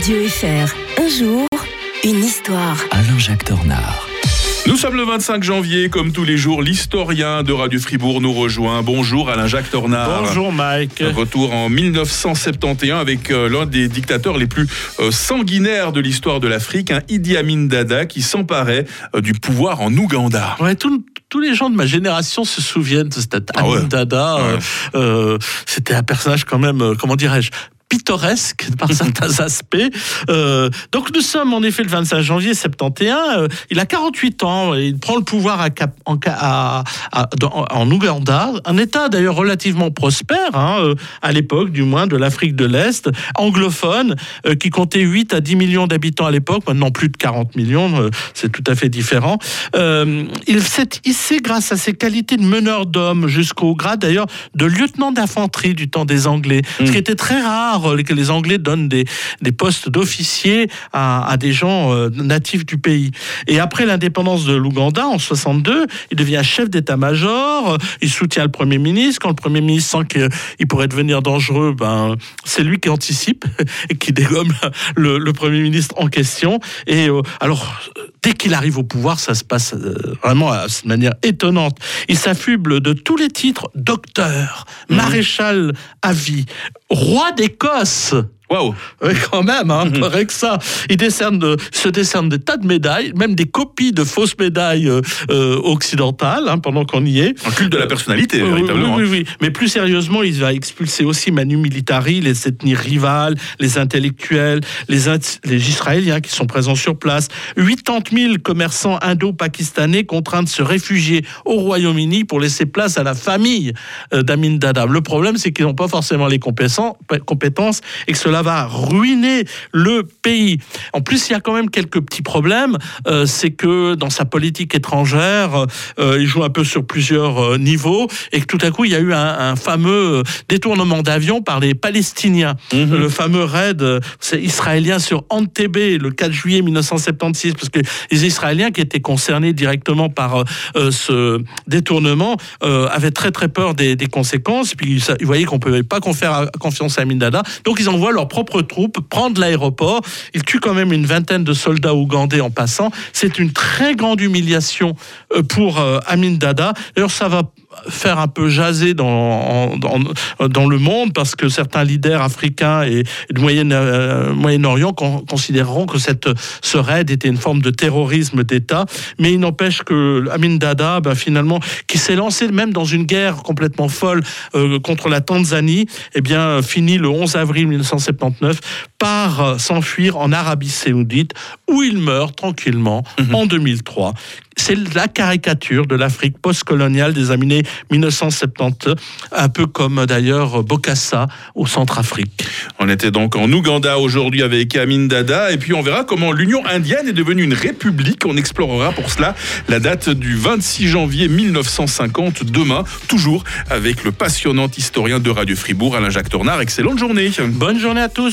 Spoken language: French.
Radio FR, un jour, une histoire. Alain-Jacques Tornard. Nous sommes le 25 janvier, comme tous les jours, l'historien de Radio Fribourg nous rejoint. Bonjour Alain-Jacques Tornard. Bonjour Mike. Retour en 1971 avec l'un des dictateurs les plus sanguinaires de l'histoire de l'Afrique, Idi Amin Dada, qui s'emparait du pouvoir en Ouganda. Ouais, tous les gens de ma génération se souviennent de cet Amin Dada. Ouais. C'était un personnage quand même, comment dirais-je, pittoresque par certains aspects. Donc nous sommes en effet le 25 janvier 71. Il a 48 ans. Et il prend le pouvoir en Ouganda, un État d'ailleurs relativement prospère, à l'époque du moins, de l'Afrique de l'Est, anglophone, qui comptait 8 à 10 millions d'habitants à l'époque, maintenant plus de 40 millions, c'est tout à fait différent. Il s'est hissé grâce à ses qualités de meneur d'hommes jusqu'au grade d'ailleurs de lieutenant d'infanterie du temps des Anglais, ce qui était très rare, que les Anglais donnent des postes d'officiers à des gens natifs du pays. Et après l'indépendance de l'Ouganda, en 62, il devient chef d'état-major, il soutient le Premier ministre. Quand le Premier ministre sent qu'il pourrait devenir dangereux, c'est lui qui anticipe et qui dégomme le Premier ministre en question. Et alors, dès qu'il arrive au pouvoir, ça se passe vraiment de manière étonnante. Il s'affuble de tous les titres: docteur, maréchal à vie, roi d'Écosse. Waouh! Oui, quand même, pareil que ça. Il se décerne des tas de médailles, même des copies de fausses médailles occidentales, pendant qu'on y est. Un culte de la personnalité, véritablement. Oui. Mais plus sérieusement, il va expulser aussi Manu Militari, les ethnies rivales, les intellectuels, les Israéliens qui sont présents sur place. 80 000 commerçants indo-pakistanais contraints de se réfugier au Royaume-Uni pour laisser place à la famille d'Amin Dada. Le problème, c'est qu'ils n'ont pas forcément les compétences et que cela va ruiner le pays. En plus, il y a quand même quelques petits problèmes. C'est que dans sa politique étrangère, il joue un peu sur plusieurs niveaux et que tout à coup, il y a eu un fameux détournement d'avion par les Palestiniens. Le fameux raid israélien sur Entebbe le 4 juillet 1976, parce que les Israéliens qui étaient concernés directement par ce détournement avaient très très peur des conséquences. Puis ils voyaient qu'on ne pouvait pas faire confiance à Amin Dada. Donc ils envoient leurs propres troupes prendre l'aéroport. Ils tuent quand même une vingtaine de soldats ougandais en passant. C'est une très grande humiliation pour Amin Dada. D'ailleurs, ça va faire un peu jaser dans le monde, parce que certains leaders africains et de Moyen-Orient considéreront que ce raid était une forme de terrorisme d'État. Mais il n'empêche que Amin Dada, finalement, qui s'est lancé même dans une guerre complètement folle contre la Tanzanie, finit le 11 avril 1979 par s'enfuir en Arabie Saoudite, où il meurt tranquillement en 2003. C'est la caricature de l'Afrique postcoloniale des années 1970, un peu comme d'ailleurs Bokassa au Centrafrique. On était donc en Ouganda aujourd'hui avec Amin Dada, et puis on verra comment l'Union indienne est devenue une république. On explorera pour cela la date du 26 janvier 1950, demain, toujours avec le passionnant historien de Radio Fribourg, Alain-Jacques Tornard. Excellente journée. Bonne journée à tous.